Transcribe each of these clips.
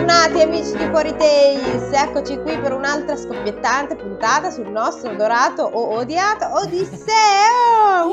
Bentornati amici di Fuori Tales, eccoci qui per un'altra scoppiettante puntata sul nostro adorato o odiato Odisseo!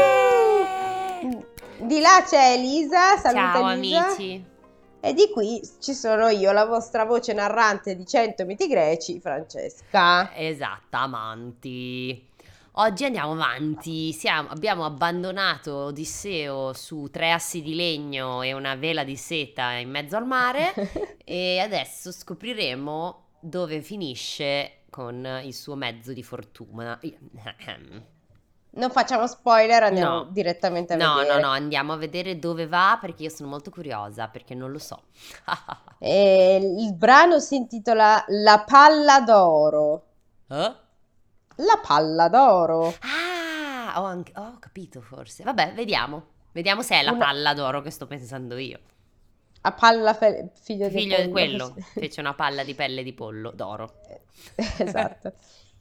Yeah! Di là c'è Elisa, saluta Ciao Elisa. amici. E di qui ci sono io, la vostra voce narrante di 100 miti greci, Francesca. Esatto, amanti. Oggi andiamo avanti. Abbiamo abbandonato Odisseo su 3 assi di legno e una vela di seta in mezzo al mare e adesso scopriremo dove finisce con il suo mezzo di fortuna. Non facciamo spoiler, andiamo No. direttamente a No, vedere. andiamo a vedere dove va perché io sono molto curiosa, perché non lo so. E il brano si intitola La palla d'oro. Eh? La palla d'oro. Ah, ho capito forse. Vabbè, vediamo. Vediamo se è la palla d'oro che sto pensando io. A palla figlio di Figlio di pollo. quello fece una palla di pelle di pollo d'oro. Esatto.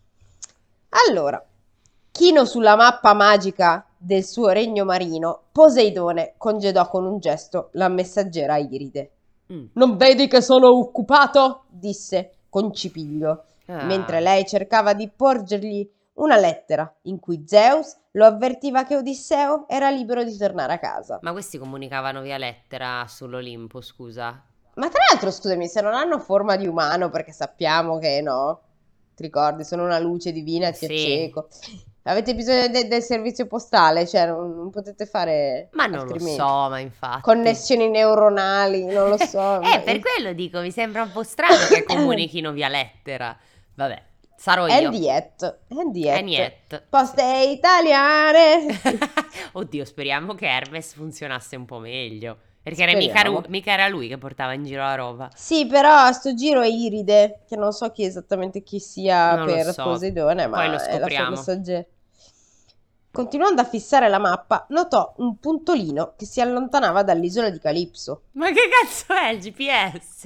Allora, chino sulla mappa magica del suo regno marino, Poseidone congedò con un gesto la messaggera Iride. Non vedi che sono occupato? Disse con cipiglio, mentre lei cercava di porgergli una lettera in cui Zeus lo avvertiva che Odisseo era libero di tornare a casa. Ma questi comunicavano via lettera sull'Olimpo, scusa? Ma tra l'altro, scusami, se non hanno forma di umano, perché sappiamo che no, ti ricordi, sono una luce divina, ti acceco. Avete bisogno del servizio postale, cioè non potete fare Ma non altrimenti. lo so, ma infatti. Connessioni neuronali, non lo so. Per quello dico, mi sembra un po' strano che comunichino via lettera. Vabbè, sarò io. Niet. Poste italiane. Oddio, speriamo che Hermes funzionasse un po' meglio. Perché era mica era lui che portava in giro la roba. Sì, però a sto giro è Iride, che non so esattamente chi sia Non per lo so. Poseidone, ma Poi lo è la sua scopriamo. messaggera. Continuando a fissare la mappa, notò un puntolino che si allontanava dall'isola di Calipso. Ma che cazzo è il GPS?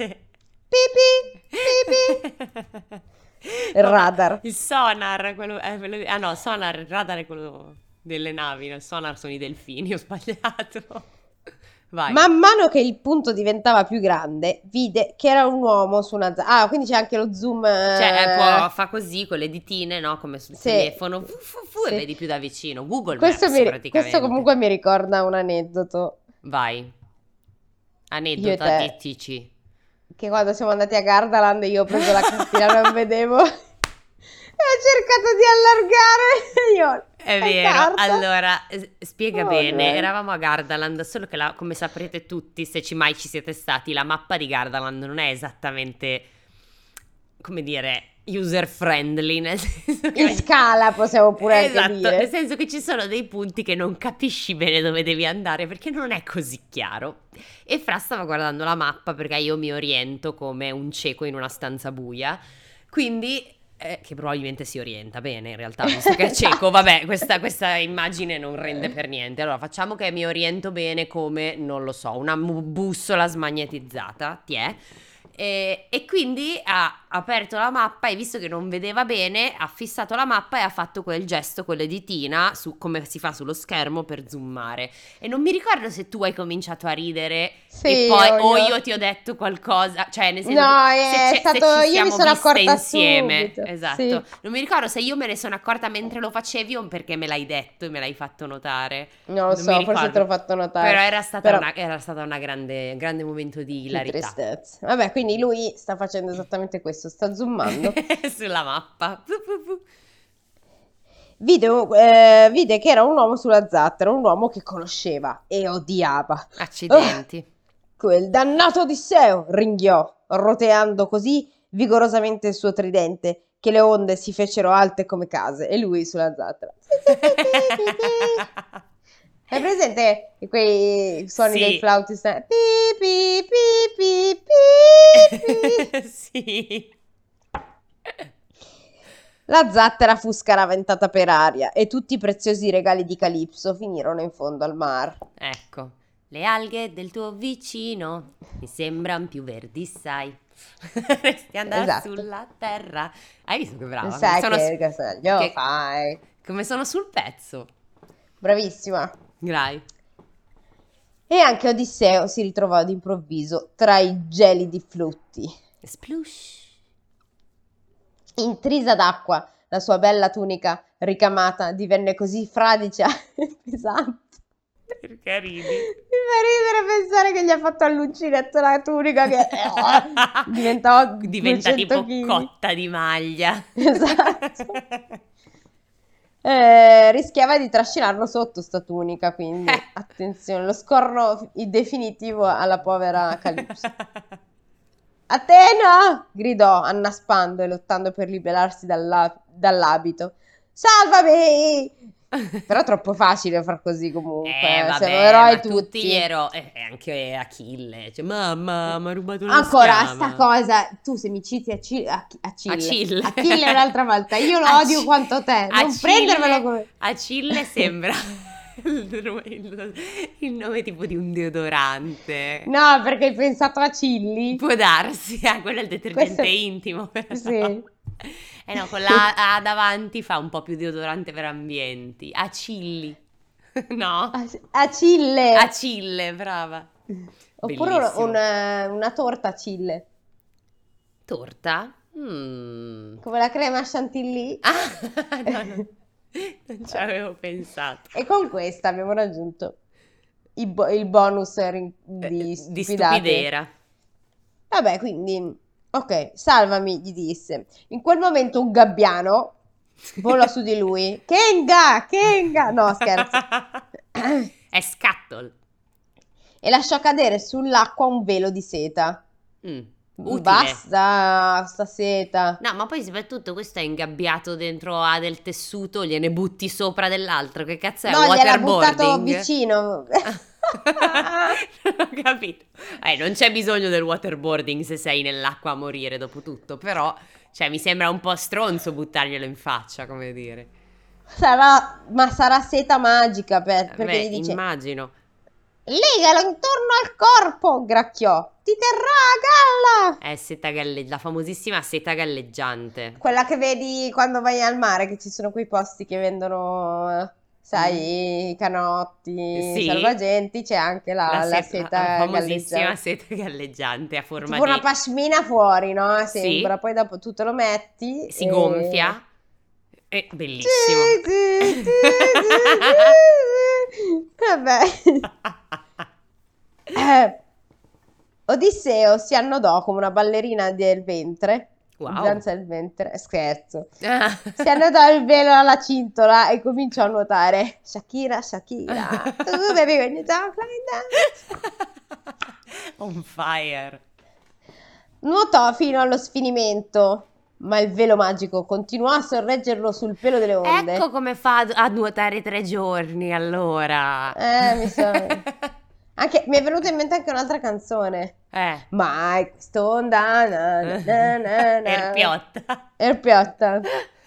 Il radar. Il sonar, ah no, il radar è quello delle navi, il sonar sono i delfini, ho sbagliato. Vai. Man mano che il punto diventava più grande, vide che era un uomo su una Ah, quindi c'è anche lo zoom. Cioè, fa così con le ditine, no? Come sul telefono, e vedi più da vicino. Google Maps, praticamente. Questo comunque mi ricorda un aneddoto. Vai. Aneddoto atici. Che quando siamo andati a Gardaland io ho preso la cartina, non vedevo. E ho cercato di allargare. È vero, allora, spiega bene, eravamo a Gardaland, solo che come saprete tutti, se mai ci siete stati, la mappa di Gardaland non è esattamente, come dire, user friendly, nel senso che... In scala possiamo pure anche dire. Nel senso che ci sono dei punti che non capisci bene dove devi andare, perché non è così chiaro. E Fra stava guardando la mappa perché io mi oriento come un cieco in una stanza buia, quindi... che probabilmente si orienta bene in realtà, visto che è cieco, vabbè, questa immagine non rende per niente. Allora facciamo che mi oriento bene come, non lo so, una bussola smagnetizzata, e quindi ha aperto la mappa e visto che non vedeva bene ha fissato la mappa e ha fatto quel gesto con le ditina come si fa sullo schermo per zoomare. E non mi ricordo se tu hai cominciato a ridere e poi io ti ho detto qualcosa, cioè nel senso no, è stato io mi sono accorta insieme subito. esatto, sì. Non mi ricordo se io me ne sono accorta mentre lo facevi o perché me l'hai detto e me l'hai fatto notare. Non lo so, forse te l'ho fatto notare. Però era stata una grande momento di hilarità. Tristezza. Vabbè, quindi lui sta facendo esattamente questo, sta zoomando sulla mappa. Vide che era un uomo sulla zattera, un uomo che conosceva e odiava. Accidenti. Quel dannato Odisseo, ringhiò, roteando così vigorosamente il suo tridente che le onde si fecero alte come case e lui sulla zattera. Hai presente quei suoni dei flautista? Pi, pi, pi, pi, pi. Sì. La zattera fu scaraventata per aria e tutti i preziosi regali di Calipso finirono in fondo al mar. Ecco, le alghe del tuo vicino mi sembrano più verdi, sai. Resti andare sulla terra. Hai visto che brava? Sai che fai. Come sono sul pezzo. Bravissima. Dai. E anche Odisseo si ritrovò d'improvviso tra i gelidi flutti. Splush. Intrisa d'acqua, la sua bella tunica ricamata divenne così fradicia e pesante. Perché ridi? Mi fa ridere pensare che gli ha fatto all'uncinetto la tunica che diventò Diventa 200 tipo kg. cotta di maglia. Esatto. Rischiava di trascinarlo sotto sta tunica, quindi attenzione, lo scorno definitivo alla povera Calipso. Atena! Gridò, annaspando e lottando per liberarsi dall'abito. Salvami! Però è troppo facile far così comunque. Siamo Vabbè, eroi ma tutti gli tutti. eroi, anche Achille, cioè, mamma, mi ha rubato una Ancora sta schiava. cosa, tu se mi citi Acille. Achille un'altra volta, io lo odio quanto te, non prendermelo come... Acille sembra il nome tipo di un deodorante. No, perché hai pensato a Cilli? Può darsi, quello è il detergente Questo... intimo, però. Sì. No, con la A davanti fa un po' più deodorante per ambienti. Acilli, no? Acille. Acille, brava. Oppure Bellissimo. una torta Acille. Torta? Mm. Come la crema chantilly. Ah, no, non ci avevo pensato. E con questa abbiamo raggiunto il bonus di Di stupidate. stupidera. Vabbè, quindi, ok, salvami, gli disse. In quel momento un gabbiano volò su di lui. Kenga, Kenga! No, scherzo. È Scatol. E lasciò cadere sull'acqua un velo di seta. Utile. Basta, sta seta. No, ma poi soprattutto questo è ingabbiato dentro a del tessuto, gliene butti sopra dell'altro. Che cazzo è? No, gliel'ha buttato Waterboarding? vicino. Non ho capito. Non c'è bisogno del waterboarding se sei nell'acqua a morire dopo tutto, però cioè, mi sembra un po' stronzo buttarglielo in faccia, come dire. Ma sarà seta magica perché Beh, gli dice immagino. legalo intorno al corpo, gracchiò. Ti terrà a galla. È la famosissima seta galleggiante. Quella che vedi quando vai al mare, che ci sono quei posti che vendono, sai, i canotti, Sì. salvagenti, c'è anche la seta la famosissima galleggiante. seta galleggiante a forma Tipo una di... pashmina fuori, no? Sì. Sembra, poi dopo tu te lo metti Si e... gonfia. È bellissimo. Vabbè. Odisseo si annodò come una ballerina del ventre. Wow. Danza del ventre, scherzo. Si annodò il velo alla cintola e cominciò a nuotare. Shakira, Shakira, tu baby when you talk like that. On fire. Nuotò fino allo sfinimento, ma il velo magico continuò a sorreggerlo sul pelo delle onde. Ecco come fa a nuotare 3 giorni, allora. Mi sa. Anche, mi è venuta in mente anche un'altra canzone. Mai quest'onda Erpiotta.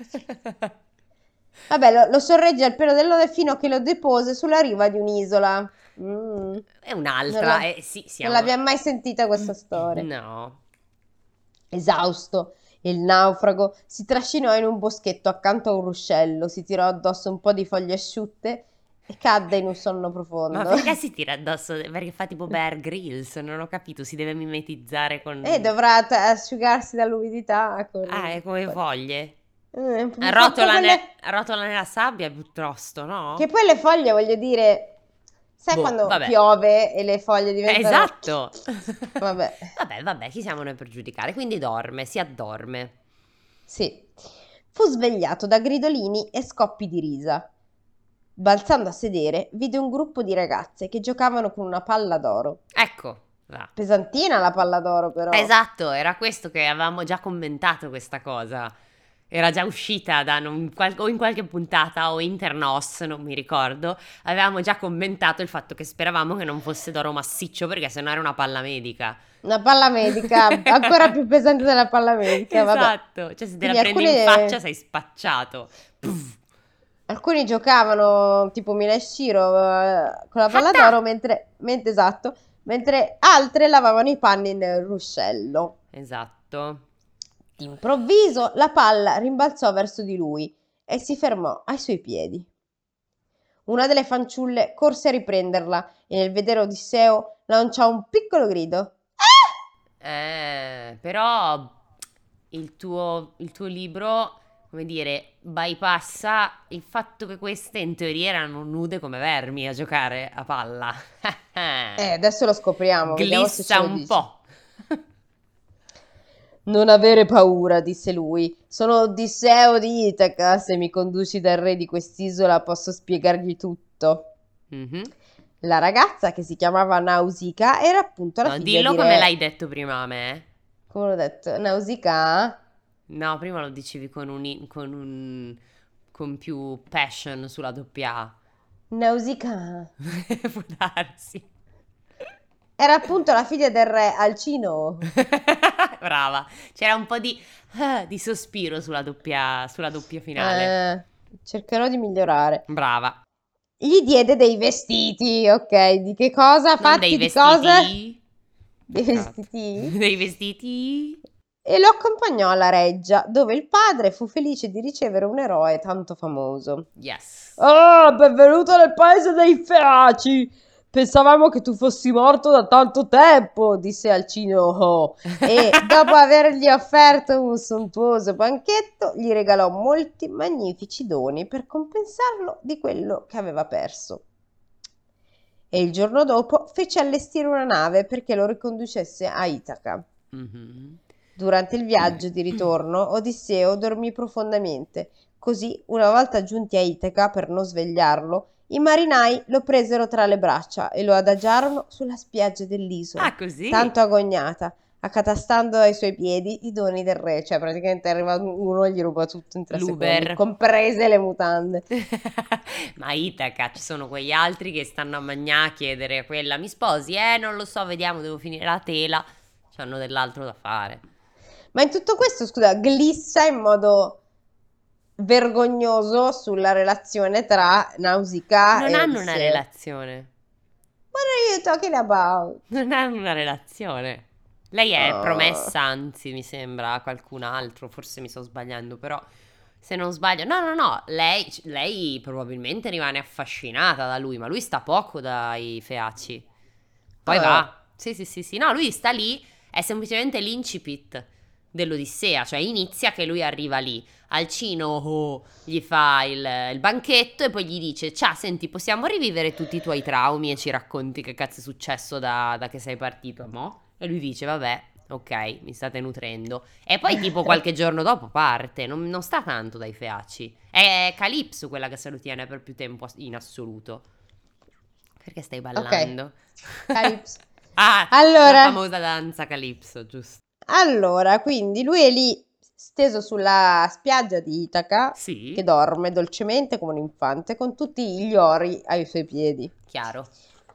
Vabbè, lo sorregge al pelo dell'onde fino a che lo depose sulla riva di un'isola. È un'altra. Sì, Non l'abbiamo mai sentita questa storia. No. Esausto, il naufrago si trascinò in un boschetto accanto a un ruscello, si tirò addosso un po' di foglie asciutte e cadde in un sonno profondo. Ma perché si tira addosso? Perché fa tipo Bear Grylls, non ho capito, si deve mimetizzare con... dovrà asciugarsi dall'umidità. è come foglie. Rotola nella sabbia piuttosto, no? Che poi le foglie, voglio dire... Sai quando piove e le foglie diventano... Esatto! Vabbè, chi siamo noi per giudicare? Quindi si addorme. Sì. Fu svegliato da gridolini e scoppi di risa. Balzando a sedere, vide un gruppo di ragazze che giocavano con una palla d'oro. Ecco. Pesantina la palla d'oro, però. Esatto, era questo che avevamo già commentato questa cosa. Era già uscita o in qualche puntata o internos, non mi ricordo. Avevamo già commentato il fatto che speravamo che non fosse d'oro massiccio perché sennò era una palla medica. Una palla medica, ancora più pesante della palla medica. Esatto, vabbè. cioè se te la prendi in faccia sei spacciato. Puff. Alcuni giocavano tipo Mina e Shiro con la palla d'oro mentre altre lavavano i panni nel ruscello. Esatto. D'improvviso la palla rimbalzò verso di lui e si fermò ai suoi piedi. Una delle fanciulle corse a riprenderla e nel vedere Odisseo lanciò un piccolo grido. Però il tuo libro, come dire, bypassa il fatto che queste in teoria erano nude come vermi a giocare a palla. Adesso lo scopriamo, vediamo se ce Glissa lo un dici. po'. Non avere paura, disse lui. Sono Odisseo di Itaca. Se mi conduci dal re di quest'isola posso spiegargli tutto. Mhm. La ragazza, che si chiamava Nausicaa, era appunto la No, figlia dillo di come l'hai re. detto prima a me. Come l'ho detto? Nausicaa? No, prima lo dicevi con più passion sulla doppia A. Nausicaa. Può darsi. Era appunto la figlia del re Alcino. Brava. C'era un po' di sospiro sulla doppia finale. Eh, cercherò di migliorare. Brava. Gli diede dei vestiti, ok? Di che cosa? Non dei Fatti di cose? vestiti. Dei Peccato. vestiti? Dei vestiti. E lo accompagnò alla reggia, dove il padre fu felice di ricevere un eroe tanto famoso. Yes. Ah, benvenuto nel paese dei Feaci! Pensavamo che tu fossi morto da tanto tempo, disse Alcino Ho, e dopo avergli offerto un sontuoso banchetto, gli regalò molti magnifici doni per compensarlo di quello che aveva perso. E il giorno dopo fece allestire una nave perché lo riconducesse a Itaca. Mhm. Durante il viaggio di ritorno, Odisseo dormì profondamente. Così, una volta giunti a Itaca per non svegliarlo, i marinai lo presero tra le braccia e lo adagiarono sulla spiaggia dell'isola, Ah, così. tanto agognata, accatastando ai suoi piedi i doni del re. Cioè, praticamente arriva uno e gli ruba tutto in 3 secondi, L'Uber. comprese le mutande. Ma Itaca, ci sono quegli altri che stanno a magnà a chiedere a quella: mi sposi? Non lo so, vediamo, devo finire la tela. C'hanno dell'altro da fare. Ma in tutto questo, scusa, glissa in modo vergognoso sulla relazione tra Nausicaa Non e hanno una Odisseo. relazione. What are you talking about? Non hanno una relazione. Lei è Oh. promessa, anzi, mi sembra, a qualcun altro. Forse mi sto sbagliando, però se non sbaglio. No, no, no. Lei probabilmente rimane affascinata da lui, ma lui sta poco dai Feaci. Poi Ah. va. Sì, sì, sì, sì. No, lui sta lì, è semplicemente l'incipit dell'Odissea, cioè inizia che lui arriva lì. Alcino gli fa il banchetto e poi gli dice: ciao, senti, possiamo rivivere tutti i tuoi traumi e ci racconti che cazzo è successo da che sei partito, mo? E lui dice: vabbè, ok, mi state nutrendo. E poi tipo qualche giorno dopo parte, non sta tanto dai Feaci. È Calypso quella che se lo tiene per più tempo in assoluto. Perché stai Ok, ballando? Calypso. Ah, la Allora, famosa danza Calypso, giusto? quindi lui è lì steso sulla spiaggia di Itaca, che Sì, dorme dolcemente come un infante, con tutti gli ori ai suoi piedi. chiaro.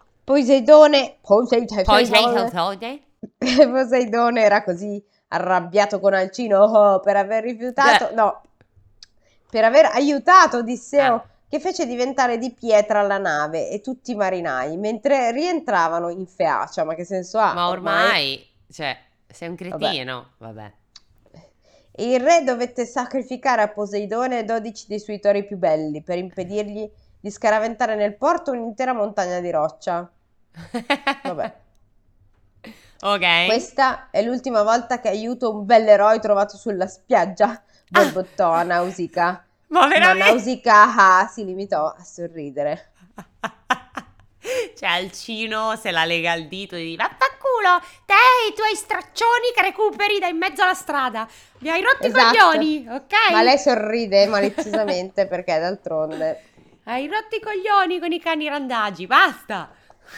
Poi sei Poseidone, Totode? Poseidone era così arrabbiato con Alcino per aver rifiutato, no, per aver aiutato Ah, Odisseo, che fece diventare di pietra la nave e tutti i marinai, mentre rientravano in Feacia. Ma che senso ha? ma Ormai, ormai, cioè, sei un vabbè. cretino. Vabbè. E il re dovette sacrificare a Poseidone 12 dei suoi tori più belli per impedirgli di scaraventare nel porto un'intera montagna di roccia. Vabbè. Ok. Questa è l'ultima volta che aiuto un bell'eroe trovato sulla spiaggia, Ah, borbottò a Nausicaa. ma Ma veramente? Nausicaa si limitò a sorridere. Cioè, Alcino se la lega al dito e dice: vaffanculo, te e i tuoi straccioni che recuperi da in mezzo alla strada. Mi hai rotto i Esatto. coglioni, Ma lei ok? sorride maliziosamente perché d'altronde. Hai rotto i coglioni con i cani randagi, basta.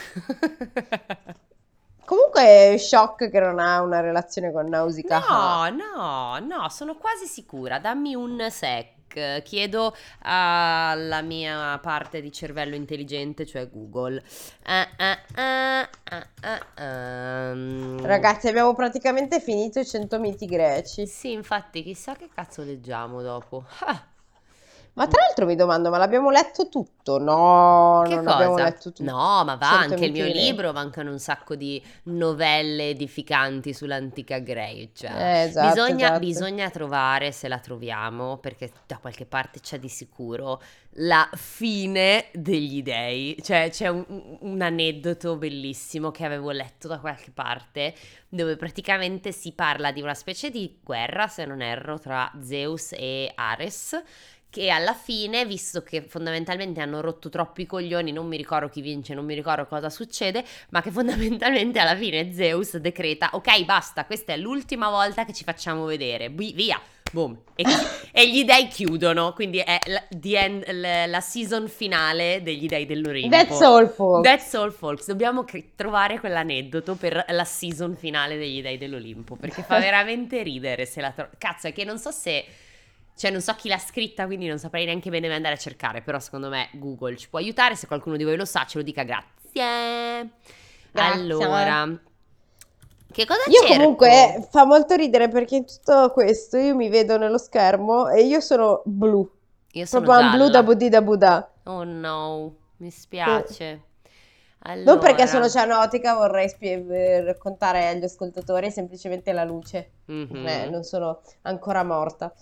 Comunque è shock che non ha una relazione con Nausicaa. No, no, no, sono quasi sicura. Dammi un sec. Chiedo alla mia parte di cervello intelligente, cioè Google. Ah, ah, ah, ah, Ragazzi, abbiamo praticamente finito i 100 miti greci. Sì, infatti, chissà che cazzo leggiamo dopo. Ah, Ma tra l'altro mi domando, ma l'abbiamo letto tutto? No, Che non abbiamo cosa? letto tutto. No, ma va 100 anche il mio amici miei. libro, mancano un sacco di novelle edificanti sull'antica Grecia. Esatto, esatto. Bisogna trovare, se la troviamo, perché da qualche parte c'è di sicuro, la fine degli dei. Cioè, c'è un aneddoto bellissimo che avevo letto da qualche parte, dove praticamente si parla di una specie di guerra, se non erro, tra Zeus e Ares, che alla fine, visto che fondamentalmente hanno rotto troppi coglioni, non mi ricordo chi vince, non mi ricordo cosa succede, ma che fondamentalmente alla fine Zeus decreta: ok, basta, questa è l'ultima volta che ci facciamo vedere, via, boom, e gli dei chiudono, quindi è la season finale degli dei That's dell'Olimpo. all, folks. That's all, folks. Dobbiamo trovare quell'aneddoto per la season finale degli dei dell'Olimpo, perché fa veramente ridere se la cazzo, è che non so se... Cioè, non so chi l'ha scritta, quindi non saprei neanche bene dove andare a cercare, però secondo me Google ci può aiutare, se qualcuno di voi lo sa ce lo dica, grazie. Grazie. Allora, che cosa Io cerco? comunque fa molto ridere perché in tutto questo io mi vedo nello schermo e io sono blu. Io sono Proprio un blu da gialla. budì da Buddha. Oh no, mi Mm. spiace. Non perché Allora, sono cianotica, vorrei raccontare agli ascoltatori semplicemente la luce. mhm. Non sono ancora morta.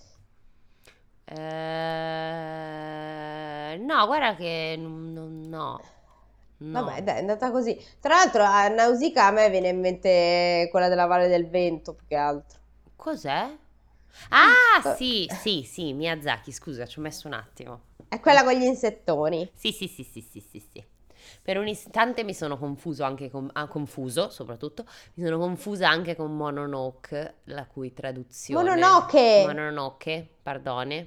No, guarda che no, Vabbè, no. dai, è andata così. Tra l'altro, a Nausicaa a me viene in mente quella della Valle del Vento, più che altro. Cos'è? Ah, Co- sì, Miyazaki, scusa, ci ho messo un attimo. È quella con gli insettoni. Sì. Per un istante mi sono confuso anche confuso, soprattutto, mi sono confusa anche con Mononoke, la cui traduzione, Mononoke! Mononoke, pardone,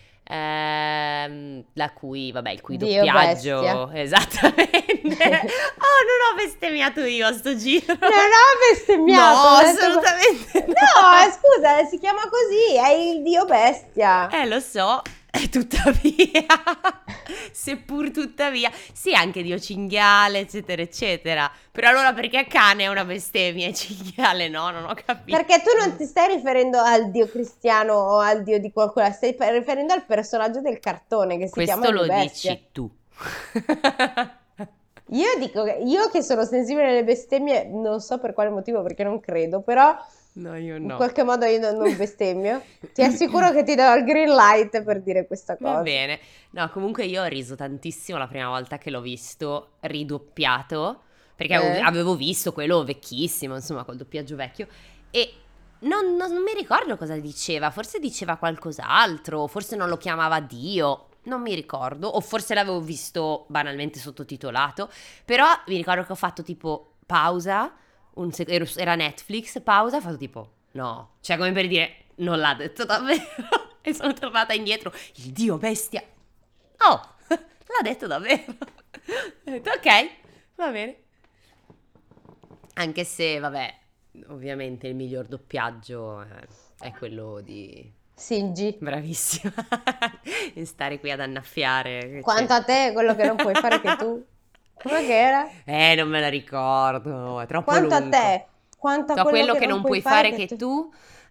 la cui, vabbè, il cui Dio bestia. doppiaggio, esattamente. Oh, non ho bestemmiato io a sto giro. Non ho bestemmiato, No, ho detto... assolutamente No, no. scusa, si chiama così, è il dio bestia. Lo so, e tuttavia, seppur tuttavia, sì, anche Dio cinghiale, eccetera, eccetera. Però allora perché cane è una bestemmia e cinghiale no? Non ho capito. Perché tu non ti stai riferendo al dio cristiano o al dio di qualcuno, stai riferendo al personaggio del cartone che si chiama Questo Dio lo Bestia. dici tu. Io dico che io che sono sensibile alle bestemmie, non so per quale motivo, perché non credo, però No, io in no. qualche modo io non bestemmio. Ti assicuro che ti do il green light per dire questa Va cosa. bene. No, comunque io ho riso tantissimo la prima volta che l'ho visto ridoppiato, perché Eh? avevo visto quello vecchissimo, insomma, col doppiaggio vecchio, e non mi ricordo cosa diceva, forse diceva qualcos'altro, forse non lo chiamava Dio, non mi ricordo, o forse l'avevo visto banalmente sottotitolato, però mi ricordo che ho fatto tipo pausa, era Netflix, pausa, ho fatto tipo, no, cioè come per dire, non l'ha detto davvero, e sono tornata indietro, il Dio bestia. Oh, l'ha detto davvero. Ho detto, ok, va bene. Anche se, vabbè, ovviamente il miglior doppiaggio è quello di... Singi. Bravissima. E stare qui ad annaffiare. Che Quanto a te, quello che non puoi fare che tu. Com'è che era? Non me la ricordo, è troppo Quanto a lungo. te, quanto a So quello quello che che non non puoi puoi fare fare che che tu. tu,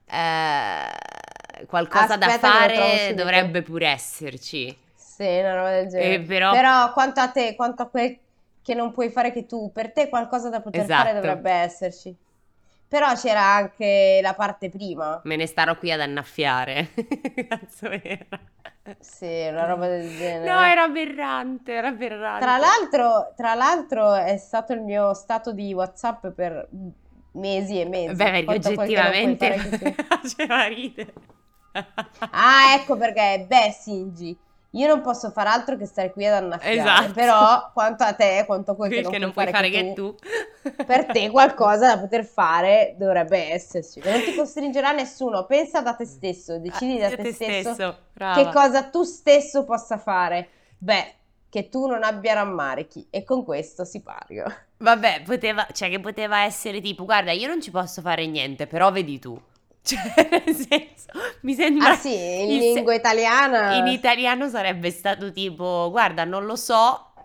qualcosa da Aspetta che lo trovo fare subito. dovrebbe pure esserci. Sì, una roba del genere. Però, Però quanto a te, quanto a quel che non puoi fare che tu, per te qualcosa da poter fare esatto. dovrebbe esserci. Però c'era anche la parte prima. Me ne starò qui ad annaffiare. Cazzo era. Sì, una roba del No, genere. era aberrante, era Tra aberrante. l'altro è stato il mio stato di WhatsApp per mesi e Beh, mesi. perché Quanto a quel che non puoi oggettivamente fare che tu. faceva ridere. Ah, ecco perché, beh, Singi, io non posso fare altro che stare qui ad annaffiare, Esatto. però quanto a te, quanto a quel che Quel non che puoi non puoi fare che fare che tu, tu. per te qualcosa da poter fare dovrebbe esserci. Non ti costringerà nessuno, pensa da te stesso, decidi da Sia te te stesso stesso, che brava. cosa tu stesso possa fare. Beh, che tu non abbia rammarichi e con questo si paga. Vabbè, cioè che poteva essere tipo, guarda, io non ci posso fare niente, però vedi tu. Cioè, nel senso, mi Ah sembra sì, in il lingua in italiana. italiano sarebbe stato tipo, guarda, non lo so,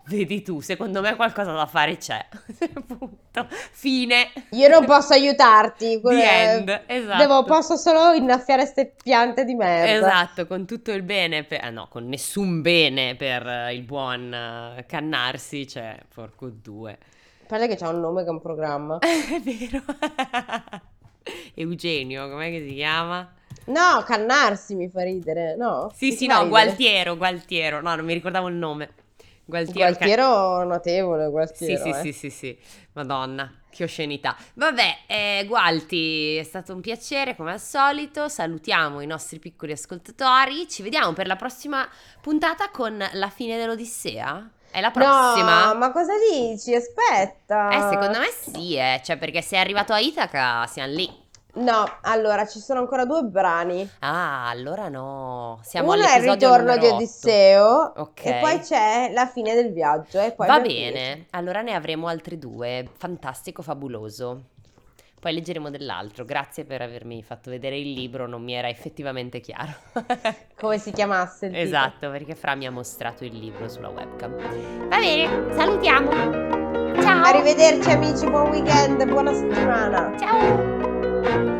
Vedi tu, secondo me qualcosa da fare c'è. Punto. Fine. Io non posso aiutarti. The end, esatto. Posso solo innaffiare ste piante di merda. Esatto, con tutto il bene, no, con nessun bene per il buon Cannarsi, cioè, porco due. Guarda che c'ha un nome che è un programma. È vero. Eugenio, com'è che si chiama? No, Cannarsi mi fa ridere, no? Sì, no, Gualtiero, no, non mi ricordavo il nome. Gualtiero notevole, Gualtiero. Sì, Madonna, che oscenità. Vabbè, Gualti, è stato un piacere come al solito, salutiamo i nostri piccoli ascoltatori, ci vediamo per la prossima puntata con la fine dell'Odissea? È la prossima? No, ma cosa dici? Aspetta. Secondo me sì, cioè perché se è arrivato a Itaca siamo lì. No, allora ci sono ancora 2 brani. Ah, allora no, siamo Uno è il all'episodio ritorno numero di 8. Odisseo Ok. e poi c'è la fine del viaggio e poi Va abbiamo bene, finito. allora ne avremo altri 2, fantastico, fabuloso. Poi leggeremo dell'altro, grazie per avermi fatto vedere il libro, non mi era effettivamente chiaro. Come si chiamasse il titolo. Esatto, perché Fra mi ha mostrato il libro sulla webcam. Va bene, salutiamo. Ciao. Arrivederci amici, buon weekend, buona settimana. Ciao.